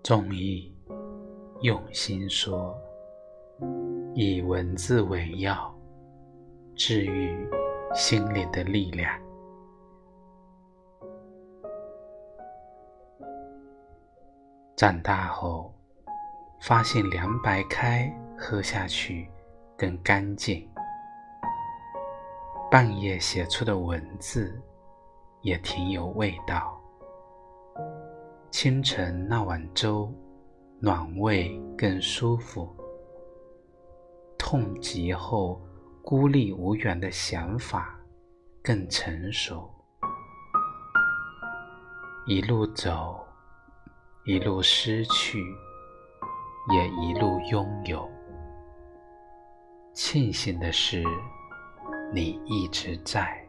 重义用心说，以文字为药，治愈心灵的力量。长大后发现凉白开喝下去更干净，半夜写出的文字也挺有味道。清晨那碗粥暖胃更舒服，痛极后孤立无援的想法更成熟。一路走，一路失去，也一路拥有。庆幸的是，你一直在。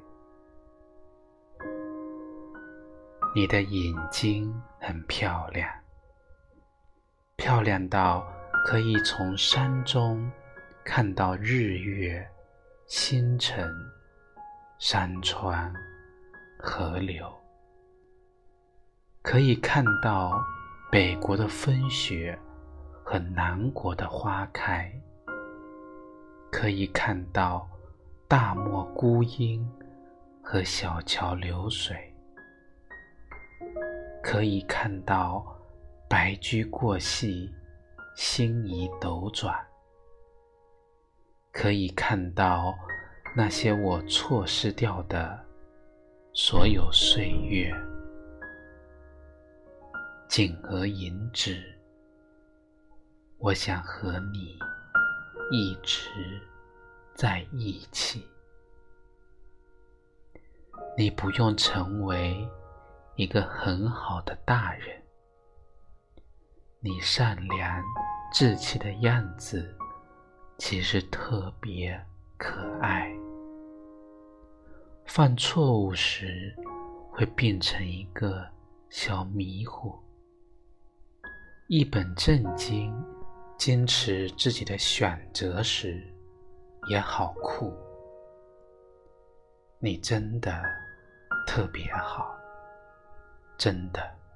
你的眼睛很漂亮，漂亮到可以从山中看到日月、星辰、山川、河流，可以看到北国的风雪和南国的花开，可以看到大漠孤鹰和小桥流水，可以看到白驹过隙，星移斗转，可以看到那些我错失掉的所有岁月。仅而言之，我想和你一直在一起。你不用成为一个很好的大人，你善良稚气的样子其实特别可爱。犯错误时会变成一个小迷糊，一本正经坚持自己的选择时也好酷。你真的特别好，真的。